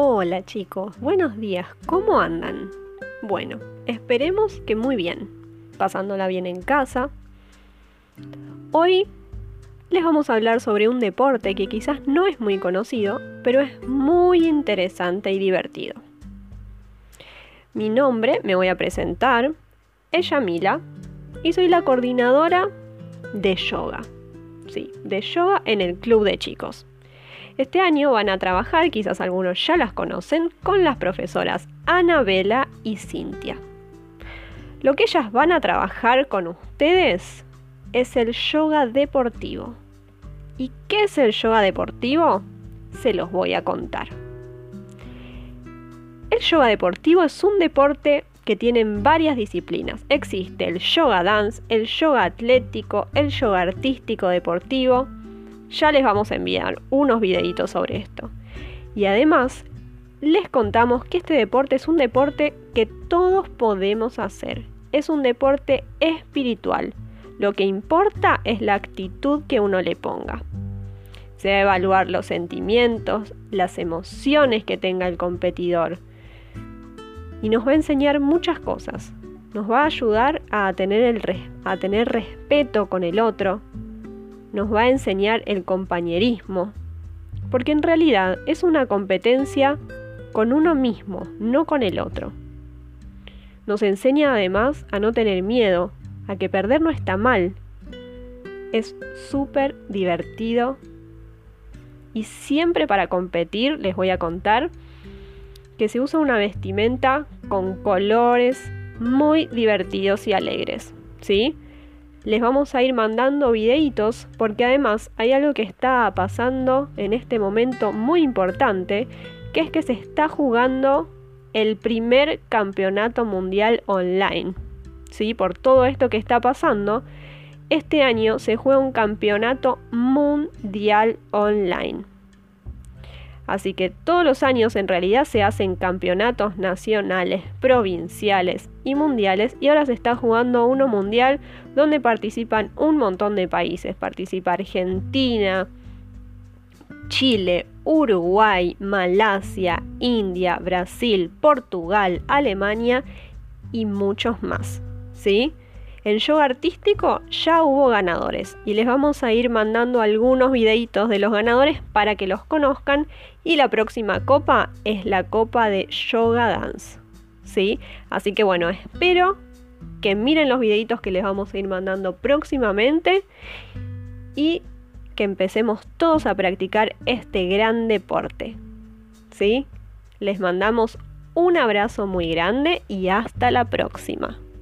Hola chicos, buenos días, ¿cómo andan? Bueno, esperemos que muy bien, pasándola bien en casa. Hoy les vamos a hablar sobre un deporte que quizás no es muy conocido, pero es muy interesante y divertido. Mi nombre, me voy a presentar, es Yamila y soy la coordinadora de yoga. Sí, de yoga en el club de chicos. Este año van a trabajar, quizás algunos ya las conocen, con las profesoras Anabela y Cintia. Lo que ellas van a trabajar con ustedes es el yoga deportivo. ¿Y qué es el yoga deportivo? Se los voy a contar. El yoga deportivo es un deporte que tiene varias disciplinas. Existe el yoga dance, el yoga atlético, el yoga artístico deportivo. Ya les vamos a enviar unos videitos sobre esto. Y además, les contamos que este deporte es un deporte que todos podemos hacer. Es un deporte espiritual. Lo que importa es la actitud que uno le ponga. Se va a evaluar los sentimientos, las emociones que tenga el competidor. Y nos va a enseñar muchas cosas. Nos va a ayudar a tener respeto con el otro. Nos va a enseñar el compañerismo, porque en realidad es una competencia con uno mismo, no con el otro. Nos enseña además a no tener miedo, a que perder no está mal. Es súper divertido y siempre para competir les voy a contar que se usa una vestimenta con colores muy divertidos y alegres, ¿sí? Les vamos a ir mandando videitos porque además hay algo que está pasando en este momento muy importante, que es que se está jugando el primer campeonato mundial online. ¿Sí? Por todo esto que está pasando, este año se juega un campeonato mundial online. Así que todos los años en realidad se hacen campeonatos nacionales, provinciales y mundiales, y ahora se está jugando uno mundial donde participan un montón de países. Participa Argentina, Chile, Uruguay, Malasia, India, Brasil, Portugal, Alemania y muchos más, ¿sí? En yoga artístico ya hubo ganadores y les vamos a ir mandando algunos videitos de los ganadores para que los conozcan, y la próxima copa es la copa de yoga dance, ¿sí? Así que bueno, espero que miren los videitos que les vamos a ir mandando próximamente y que empecemos todos a practicar este gran deporte, ¿sí? Les mandamos un abrazo muy grande y hasta la próxima.